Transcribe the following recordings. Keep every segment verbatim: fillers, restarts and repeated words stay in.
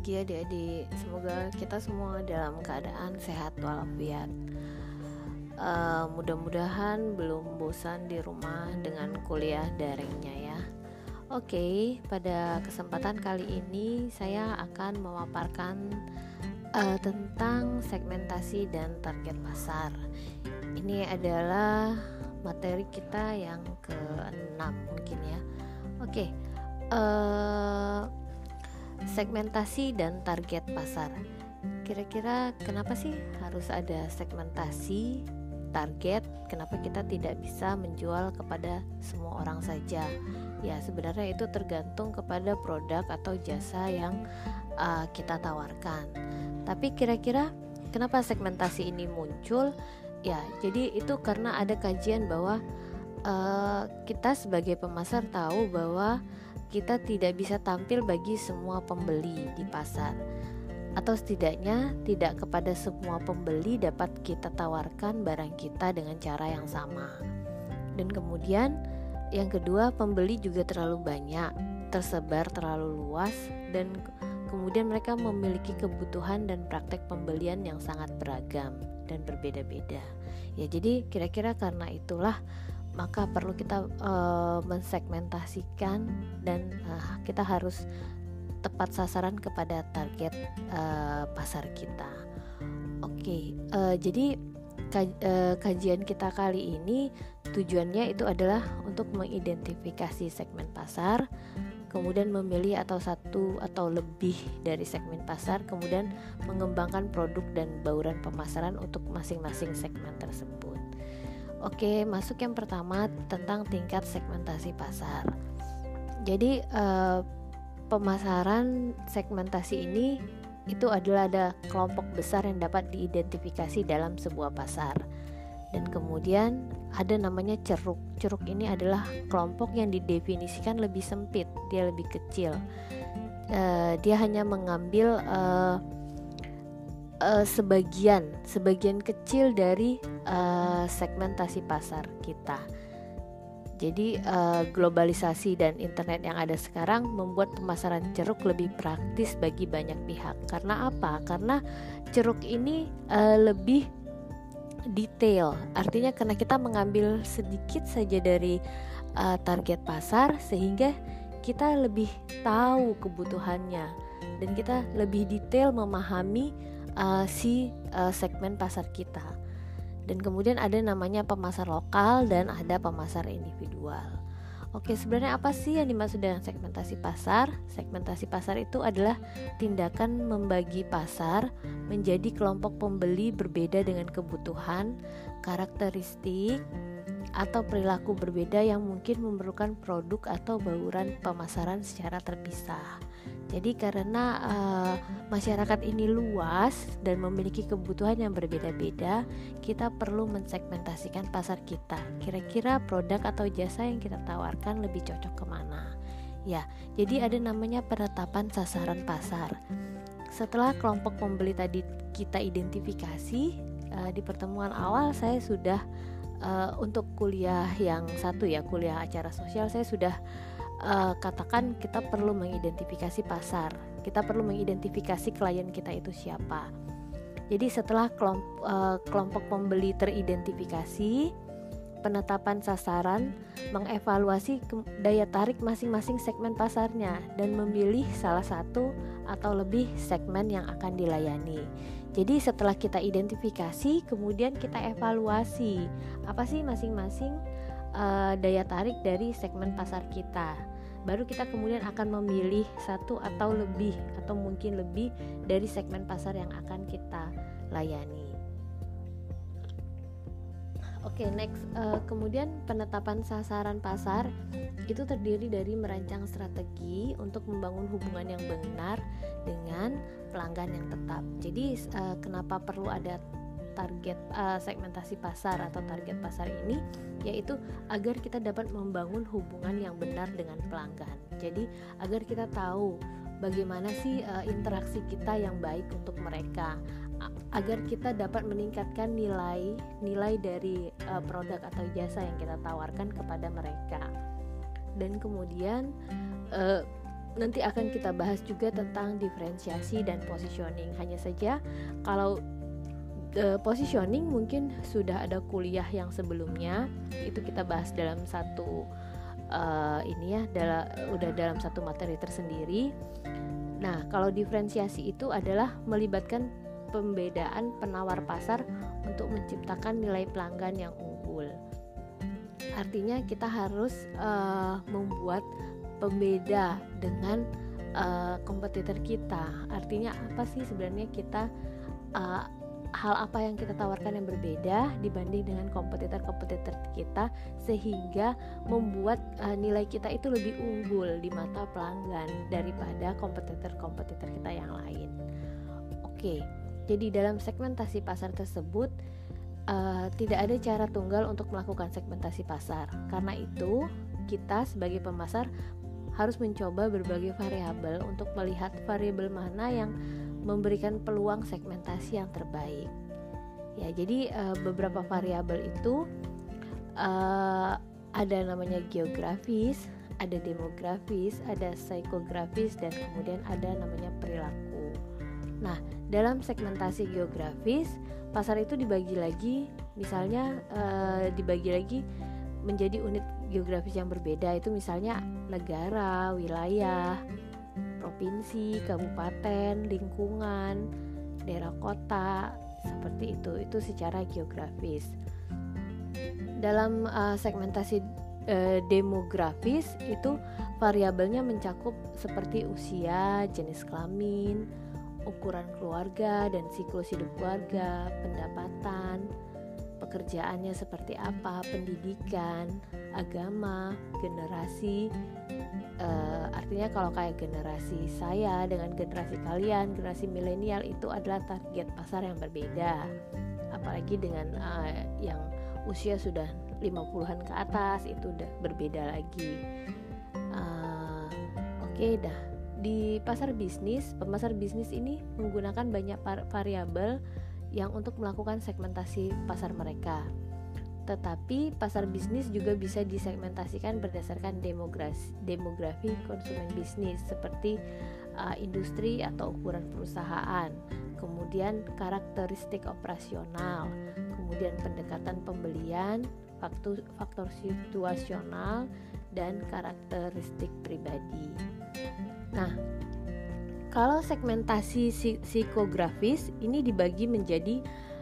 pagi adik-adik, semoga kita semua dalam keadaan sehat walafiat. uh, Mudah-mudahan belum bosan di rumah dengan kuliah daringnya ya. Oke, pada kesempatan kali ini saya akan memaparkan uh, tentang segmentasi dan target pasar. Ini adalah materi kita yang keenam mungkin ya. Oke, uh, segmentasi dan target pasar. Kira-kira kenapa sih harus ada segmentasi, target? Kenapa kita tidak bisa menjual kepada semua orang saja? Ya, sebenarnya itu tergantung kepada produk atau jasa yang uh, kita tawarkan. Tapi kira-kira kenapa segmentasi ini muncul? Ya, jadi itu karena ada kajian bahwa uh, kita sebagai pemasar tahu bahwa kita tidak bisa tampil bagi semua pembeli di pasar, atau setidaknya tidak kepada semua pembeli dapat kita tawarkan barang kita dengan cara yang sama. Dan kemudian yang kedua, pembeli juga terlalu banyak, tersebar terlalu luas, dan kemudian mereka memiliki kebutuhan dan praktek pembelian yang sangat beragam dan berbeda-beda. Ya, jadi kira-kira karena itulah maka perlu kita uh, mensegmentasikan dan uh, kita harus tepat sasaran kepada target uh, pasar kita. Oke, uh, jadi kaj, uh, kajian kita kali ini tujuannya itu adalah untuk mengidentifikasi segmen pasar, kemudian memilih atau satu atau lebih dari segmen pasar, kemudian mengembangkan produk dan bauran pemasaran untuk masing-masing segmen tersebut. Oke, masuk yang pertama tentang tingkat segmentasi pasar. Jadi eh, pemasaran segmentasi ini itu adalah ada kelompok besar yang dapat diidentifikasi dalam sebuah pasar. Dan kemudian ada namanya ceruk. Ceruk ini adalah kelompok yang didefinisikan lebih sempit, dia lebih kecil. Eh, dia hanya mengambil eh, Uh, sebagian sebagian kecil dari uh, segmentasi pasar kita. Jadi uh, globalisasi dan internet yang ada sekarang membuat pemasaran ceruk lebih praktis bagi banyak pihak. Karena apa? Karena ceruk ini uh, lebih detail. Artinya karena kita mengambil sedikit saja dari uh, target pasar, sehingga kita lebih tahu kebutuhannya dan kita lebih detail memahami Uh, si uh, segmen pasar kita. Dan kemudian ada namanya pemasar lokal dan ada pemasar individual. Oke, sebenarnya apa sih yang dimaksud dengan segmentasi pasar? Segmentasi pasar itu adalah tindakan membagi pasar menjadi kelompok pembeli berbeda dengan kebutuhan, karakteristik, atau perilaku berbeda yang mungkin memerlukan produk atau bauran pemasaran secara terpisah. Jadi karena uh, masyarakat ini luas dan memiliki kebutuhan yang berbeda-beda, kita perlu mensegmentasikan pasar kita. Kira-kira produk atau jasa yang kita tawarkan lebih cocok kemana? Ya, jadi ada namanya penetapan sasaran pasar. Setelah kelompok pembeli tadi kita identifikasi, uh, di pertemuan awal saya sudah uh, untuk kuliah yang satu ya, kuliah acara sosial, saya sudah Uh, katakan kita perlu mengidentifikasi pasar, kita perlu mengidentifikasi klien kita itu siapa. Jadi setelah kelompok, uh, kelompok pembeli teridentifikasi, penetapan sasaran, mengevaluasi ke- daya tarik masing-masing segmen pasarnya dan memilih salah satu atau lebih segmen yang akan dilayani. Jadi setelah kita identifikasi, kemudian kita evaluasi apa sih masing-masing uh, daya tarik dari segmen pasar kita. Baru kita kemudian akan memilih satu atau lebih atau mungkin lebih dari segmen pasar yang akan kita layani. Oke, okay, next. Uh, kemudian penetapan sasaran pasar itu terdiri dari merancang strategi untuk membangun hubungan yang benar dengan pelanggan yang tetap. Jadi uh, kenapa perlu ada target uh, segmentasi pasar atau target pasar ini, yaitu agar kita dapat membangun hubungan yang benar dengan pelanggan. Jadi agar kita tahu bagaimana sih uh, interaksi kita yang baik untuk mereka, agar kita dapat meningkatkan nilai nilai dari uh, produk atau jasa yang kita tawarkan kepada mereka. Dan kemudian uh, nanti akan kita bahas juga tentang diferensiasi dan positioning. Hanya saja kalau uh, positioning mungkin sudah ada kuliah yang sebelumnya, itu kita bahas dalam satu uh, ini ya, dalam, udah dalam satu materi tersendiri. Nah, kalau diferensiasi itu adalah melibatkan pembedaan penawar pasar untuk menciptakan nilai pelanggan yang unggul. Artinya kita harus uh, membuat pembeda dengan uh, kompetitor kita. Artinya apa sih sebenarnya kita uh, hal apa yang kita tawarkan yang berbeda dibanding dengan kompetitor-kompetitor kita, sehingga membuat uh, nilai kita itu lebih unggul di mata pelanggan daripada kompetitor-kompetitor kita yang lain. Oke, jadi dalam segmentasi pasar tersebut uh, tidak ada cara tunggal untuk melakukan segmentasi pasar. Karena itu kita sebagai pemasar harus mencoba berbagai variabel untuk melihat variabel mana yang memberikan peluang segmentasi yang terbaik. Ya, jadi uh, beberapa variabel itu uh, ada namanya geografis, ada demografis, ada psikografis, dan kemudian ada namanya perilaku. Nah, dalam segmentasi geografis, pasar itu dibagi lagi, misalnya uh, dibagi lagi menjadi unit geografis yang berbeda, itu misalnya negara, wilayah, provinsi, kabupaten, lingkungan, daerah kota, seperti itu. Itu secara geografis. Dalam uh, segmentasi uh, demografis itu variabelnya mencakup seperti usia, jenis kelamin, ukuran keluarga dan siklus hidup keluarga, pendapatan, pekerjaannya seperti apa, pendidikan, agama, generasi. Uh, artinya kalau kayak generasi saya dengan generasi kalian, generasi milenial, itu adalah target pasar yang berbeda. Apalagi dengan uh, yang usia sudah lima puluhan ke atas, itu udah berbeda lagi. Uh, Oke okay, dah. Di pasar bisnis, pemasar bisnis ini menggunakan banyak par- variabel yang untuk melakukan segmentasi pasar mereka. Tetapi pasar bisnis juga bisa disegmentasikan berdasarkan demografi, demografi konsumen bisnis, seperti uh, industri atau ukuran perusahaan, kemudian karakteristik operasional, kemudian pendekatan pembelian, faktor, faktor situasional, dan karakteristik pribadi. Nah, kalau segmentasi psikografis ini dibagi menjadi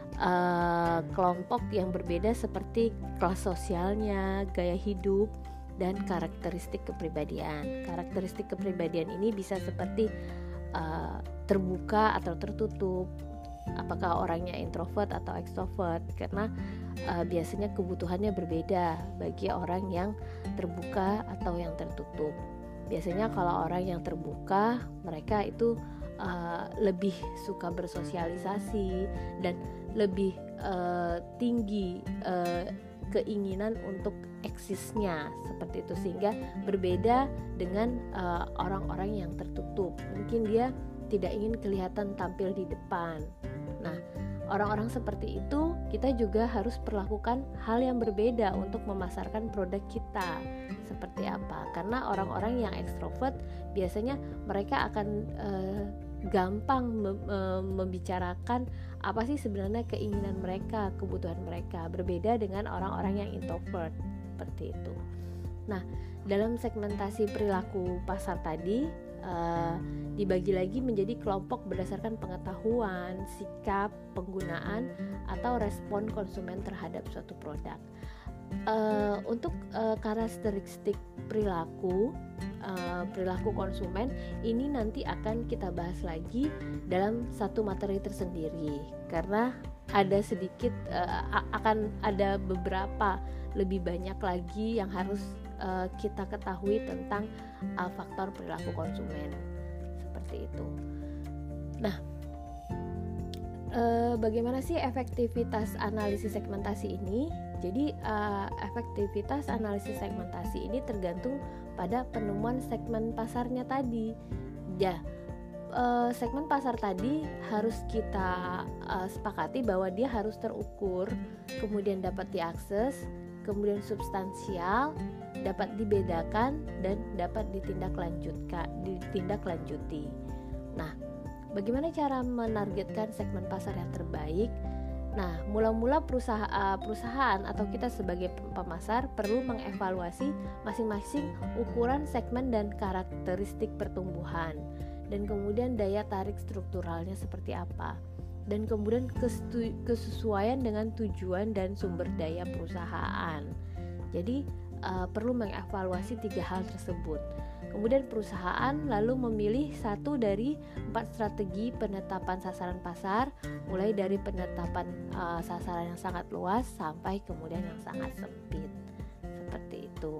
uh, kelompok yang berbeda seperti kelas sosialnya, gaya hidup, dan karakteristik kepribadian. Karakteristik kepribadian ini bisa seperti uh, terbuka atau tertutup, apakah orangnya introvert atau extrovert, karena uh, biasanya kebutuhannya berbeda bagi orang yang terbuka atau yang tertutup. Biasanya kalau orang yang terbuka, mereka itu uh, lebih suka bersosialisasi dan lebih uh, tinggi uh, keinginan untuk eksisnya, seperti itu, sehingga berbeda dengan uh, orang-orang yang tertutup. Mungkin dia tidak ingin kelihatan tampil di depan. Nah, orang-orang seperti itu kita juga harus perlakukan hal yang berbeda untuk memasarkan produk kita. Seperti apa? Karena orang-orang yang ekstrovert biasanya mereka akan uh, gampang mem- uh, membicarakan apa sih sebenarnya keinginan mereka, kebutuhan mereka, berbeda dengan orang-orang yang introvert, seperti itu. Nah, dalam segmentasi perilaku pasar tadi uh, dibagi lagi menjadi kelompok berdasarkan pengetahuan, sikap, penggunaan, atau respon konsumen terhadap suatu produk. Uh, untuk uh, karakteristik perilaku uh, perilaku konsumen ini nanti akan kita bahas lagi dalam satu materi tersendiri, karena ada sedikit uh, akan ada beberapa lebih banyak lagi yang harus uh, kita ketahui tentang uh, faktor perilaku konsumen, seperti itu. Nah, uh, bagaimana sih efektivitas analisis segmentasi ini? Jadi uh, efektivitas analisis segmentasi ini tergantung pada penemuan segmen pasarnya tadi. Ya, uh, segmen pasar tadi harus kita uh, sepakati bahwa dia harus terukur, kemudian dapat diakses, kemudian substansial, dapat dibedakan, dan dapat ditindaklanjutkan, ditindaklanjuti. Nah, bagaimana cara menargetkan segmen pasar yang terbaik? Nah, mula-mula perusahaan, perusahaan atau kita sebagai pemasar perlu mengevaluasi masing-masing ukuran segmen dan karakteristik pertumbuhan, dan kemudian daya tarik strukturalnya seperti apa, dan kemudian kesetu- kesesuaian dengan tujuan dan sumber daya perusahaan. Jadi uh, perlu mengevaluasi tiga hal tersebut. Kemudian perusahaan lalu memilih satu dari empat strategi penetapan sasaran pasar, mulai dari penetapan uh, sasaran yang sangat luas sampai kemudian yang sangat sempit, seperti itu.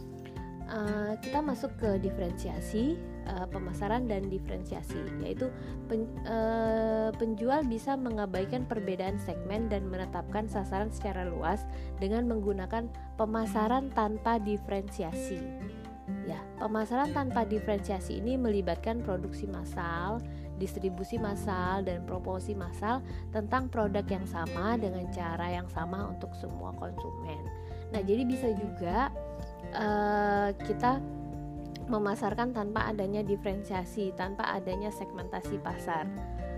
Uh, kita masuk ke diferensiasi uh, pemasaran dan diferensiasi, yaitu pen, uh, penjual bisa mengabaikan perbedaan segmen dan menetapkan sasaran secara luas dengan menggunakan pemasaran tanpa diferensiasi. Ya, pemasaran tanpa diferensiasi ini melibatkan produksi massal, distribusi massal, dan promosi massal tentang produk yang sama dengan cara yang sama untuk semua konsumen. Nah, jadi bisa juga uh, kita memasarkan tanpa adanya diferensiasi, tanpa adanya segmentasi pasar,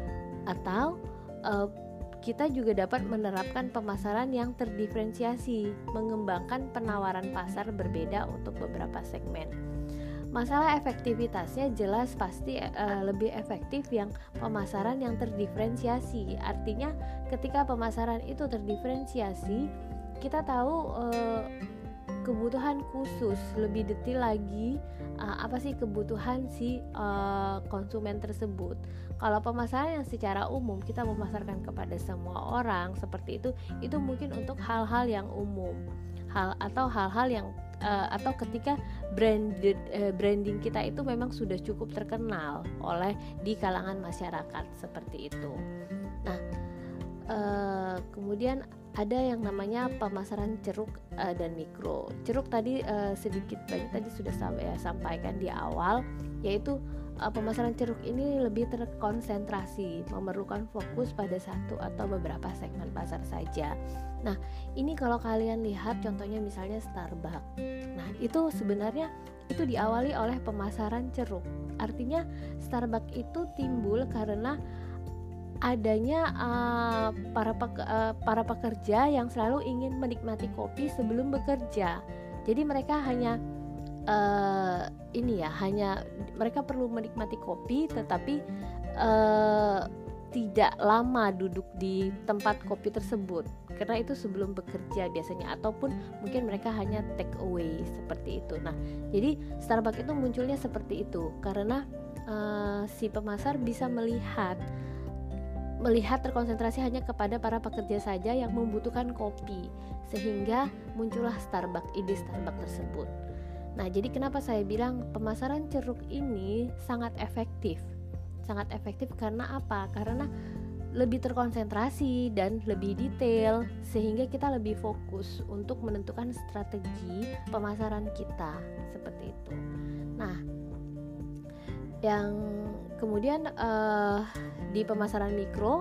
atau uh, kita juga dapat menerapkan pemasaran yang terdiferensiasi, mengembangkan penawaran pasar berbeda untuk beberapa segmen. Masalah efektivitasnya jelas pasti uh, lebih efektif yang pemasaran yang terdiferensiasi. Artinya ketika pemasaran itu terdiferensiasi, kita tahu uh, kebutuhan khusus, lebih detail lagi uh, apa sih kebutuhan si uh, konsumen tersebut. Kalau pemasaran yang secara umum kita memasarkan kepada semua orang seperti itu, itu mungkin untuk hal-hal yang umum, hal atau hal-hal yang uh, atau ketika branded uh, branding kita itu memang sudah cukup terkenal oleh di kalangan masyarakat seperti itu. Nah, uh, kemudian ada yang namanya pemasaran ceruk uh, dan mikro. Ceruk tadi uh, sedikit banyak tadi sudah saya sampaikan di awal, yaitu uh, pemasaran ceruk ini lebih terkonsentrasi, memerlukan fokus pada satu atau beberapa segmen pasar saja. Nah, ini kalau kalian lihat contohnya misalnya Starbucks. Nah, itu sebenarnya itu diawali oleh pemasaran ceruk. Artinya Starbucks itu timbul karena adanya uh, para pek, uh, para pekerja yang selalu ingin menikmati kopi sebelum bekerja. Jadi mereka hanya uh, ini ya, hanya mereka perlu menikmati kopi, tetapi uh, tidak lama duduk di tempat kopi tersebut, karena itu sebelum bekerja biasanya, ataupun mungkin mereka hanya take away seperti itu. Nah, jadi Starbucks itu munculnya seperti itu karena uh, si pemasar bisa melihat melihat terkonsentrasi hanya kepada para pekerja saja yang membutuhkan kopi, sehingga muncullah Starbucks, ide Starbucks tersebut. Nah, jadi kenapa saya bilang pemasaran ceruk ini sangat efektif? Sangat efektif karena apa? Karena lebih terkonsentrasi dan lebih detail, sehingga kita lebih fokus untuk menentukan strategi pemasaran kita, seperti itu. Nah, yang kemudian uh, di pemasaran mikro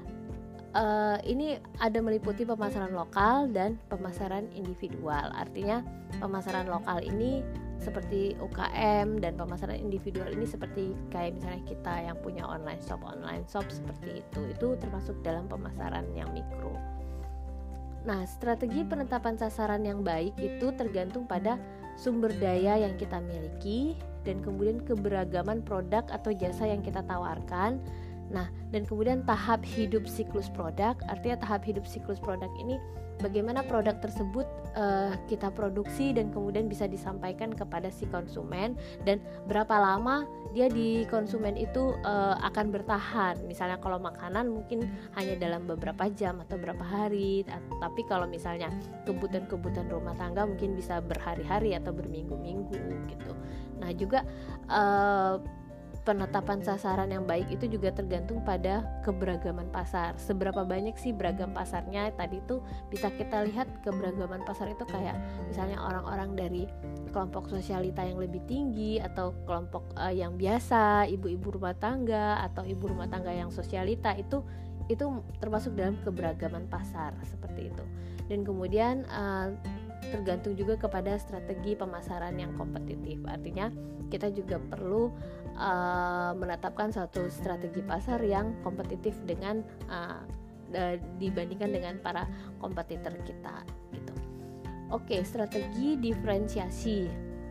uh, ini ada meliputi pemasaran lokal dan pemasaran individual. Artinya pemasaran lokal ini seperti U K M, dan pemasaran individual ini seperti kayak misalnya kita yang punya online shop online shop seperti itu. Itu termasuk dalam pemasaran yang mikro. Nah, strategi penetapan sasaran yang baik itu tergantung pada sumber daya yang kita miliki, dan kemudian keberagaman produk atau jasa yang kita tawarkan. Nah, dan kemudian tahap hidup siklus produk. Artinya tahap hidup siklus produk ini bagaimana produk tersebut uh, kita produksi dan kemudian bisa disampaikan kepada si konsumen, dan berapa lama dia di konsumen itu uh, akan bertahan. Misalnya kalau makanan mungkin hanya dalam beberapa jam atau beberapa hari, tapi kalau misalnya kebutuhan-kebutuhan rumah tangga mungkin bisa berhari-hari atau berminggu-minggu gitu. Nah, juga uh, penetapan sasaran yang baik itu juga tergantung pada keberagaman pasar. Seberapa banyak sih beragam pasarnya? Tadi tuh bisa kita lihat keberagaman pasar itu kayak misalnya orang-orang dari kelompok sosialita yang lebih tinggi, atau kelompok uh, yang biasa, ibu-ibu rumah tangga atau ibu rumah tangga yang sosialita, itu itu termasuk dalam keberagaman pasar seperti itu. Dan kemudian uh, tergantung juga kepada strategi pemasaran yang kompetitif. Artinya kita juga perlu uh, menetapkan satu strategi pasar yang kompetitif dengan uh, dibandingkan dengan para kompetitor kita gitu. Oke, strategi diferensiasi.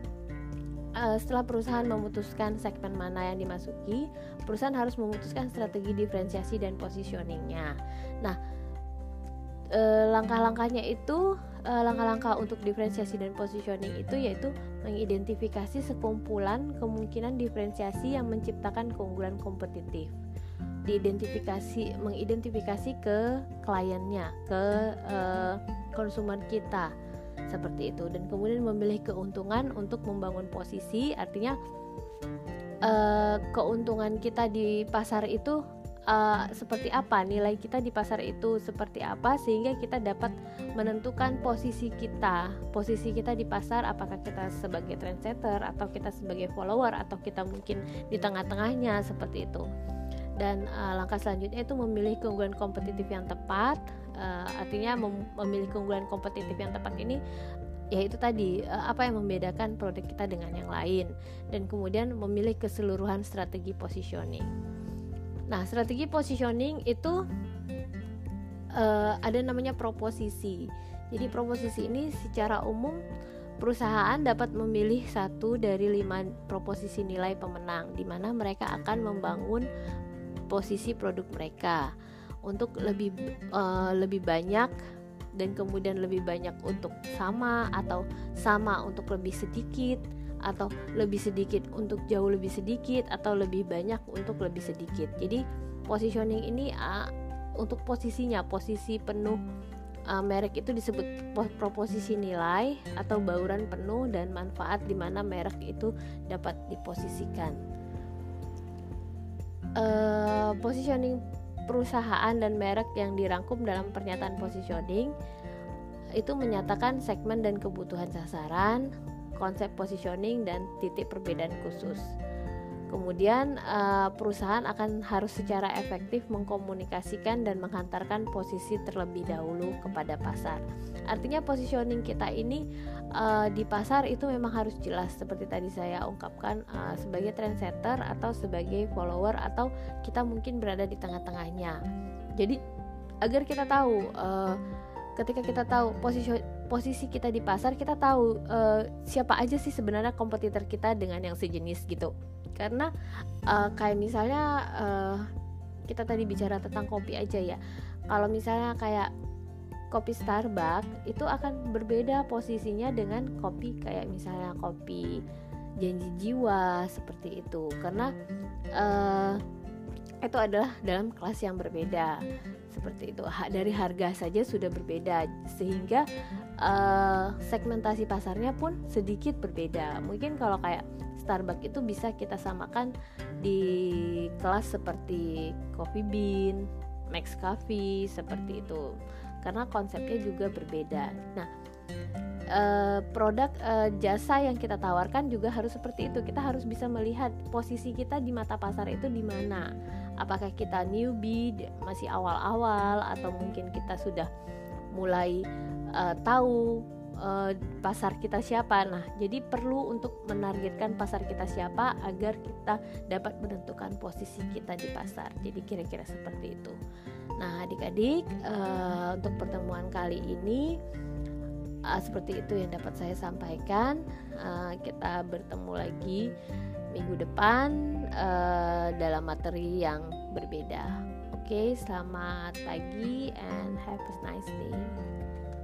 Uh, setelah perusahaan memutuskan segmen mana yang dimasuki, perusahaan harus memutuskan strategi diferensiasi dan positioningnya. Nah, uh, langkah-langkahnya itu, uh, langkah-langkah untuk diferensiasi dan positioning itu yaitu mengidentifikasi sekumpulan kemungkinan diferensiasi yang menciptakan keunggulan kompetitif. Diidentifikasi, mengidentifikasi ke kliennya, ke uh, konsumen kita seperti itu, dan kemudian memilih keuntungan untuk membangun posisi. Artinya uh, keuntungan kita di pasar itu uh, seperti apa, nilai kita di pasar itu seperti apa, sehingga kita dapat menentukan posisi kita, posisi kita di pasar, apakah kita sebagai trendsetter atau kita sebagai follower atau kita mungkin di tengah-tengahnya seperti itu. Dan uh, langkah selanjutnya itu memilih keunggulan kompetitif yang tepat. Uh, artinya mem- memilih keunggulan kompetitif yang tepat ini yaitu tadi uh, apa yang membedakan produk kita dengan yang lain, dan kemudian memilih keseluruhan strategi positioning. Nah, strategi positioning itu uh, ada namanya proposisi. Jadi proposisi ini secara umum perusahaan dapat memilih satu dari lima proposisi nilai pemenang, di mana mereka akan membangun posisi produk mereka untuk lebih uh, lebih banyak, dan kemudian lebih banyak untuk sama, atau sama untuk lebih sedikit, atau lebih sedikit untuk jauh lebih sedikit, atau lebih banyak untuk lebih sedikit. Jadi positioning ini uh, untuk posisinya, posisi penuh uh, merek itu disebut proposisi nilai atau bauran penuh dan manfaat, di mana merek itu dapat diposisikan. Uh, positioning perusahaan dan merek yang dirangkum dalam pernyataan positioning itu menyatakan segmen dan kebutuhan sasaran, konsep positioning, dan titik perbedaan khusus. Kemudian uh, perusahaan akan harus secara efektif mengkomunikasikan dan menghantarkan posisi terlebih dahulu kepada pasar. Artinya positioning kita ini uh, di pasar itu memang harus jelas, seperti tadi saya ungkapkan, uh, sebagai trendsetter atau sebagai follower, atau kita mungkin berada di tengah-tengahnya. Jadi agar kita tahu, uh, ketika kita tahu posisi posisi kita di pasar, kita tahu uh, siapa aja sih sebenarnya kompetitor kita dengan yang sejenis gitu. Karena uh, kayak misalnya uh, kita tadi bicara tentang kopi aja ya. Kalau misalnya kayak kopi Starbucks itu akan berbeda posisinya dengan kopi kayak misalnya kopi Janji Jiwa seperti itu, karena uh, itu adalah dalam kelas yang berbeda seperti itu. Ha, dari harga saja sudah berbeda, sehingga uh, segmentasi pasarnya pun sedikit berbeda. Mungkin kalau kayak Starbucks itu bisa kita samakan di kelas seperti Coffee Bean, Max Coffee seperti itu, karena konsepnya juga berbeda. Nah, eh, produk eh, jasa yang kita tawarkan juga harus seperti itu. Kita harus bisa melihat posisi kita di mata pasar itu di mana. Apakah kita newbie, masih awal-awal, atau mungkin kita sudah mulai eh, tahu Uh, pasar kita siapa. Nah, jadi perlu untuk menargetkan pasar kita siapa agar kita dapat menentukan posisi kita di pasar. Jadi kira-kira seperti itu. Nah, adik-adik, uh, untuk pertemuan kali ini uh, seperti itu yang dapat saya sampaikan. Uh, kita bertemu lagi minggu depan uh, dalam materi yang berbeda. Oke, okay, selamat pagi and have a nice day.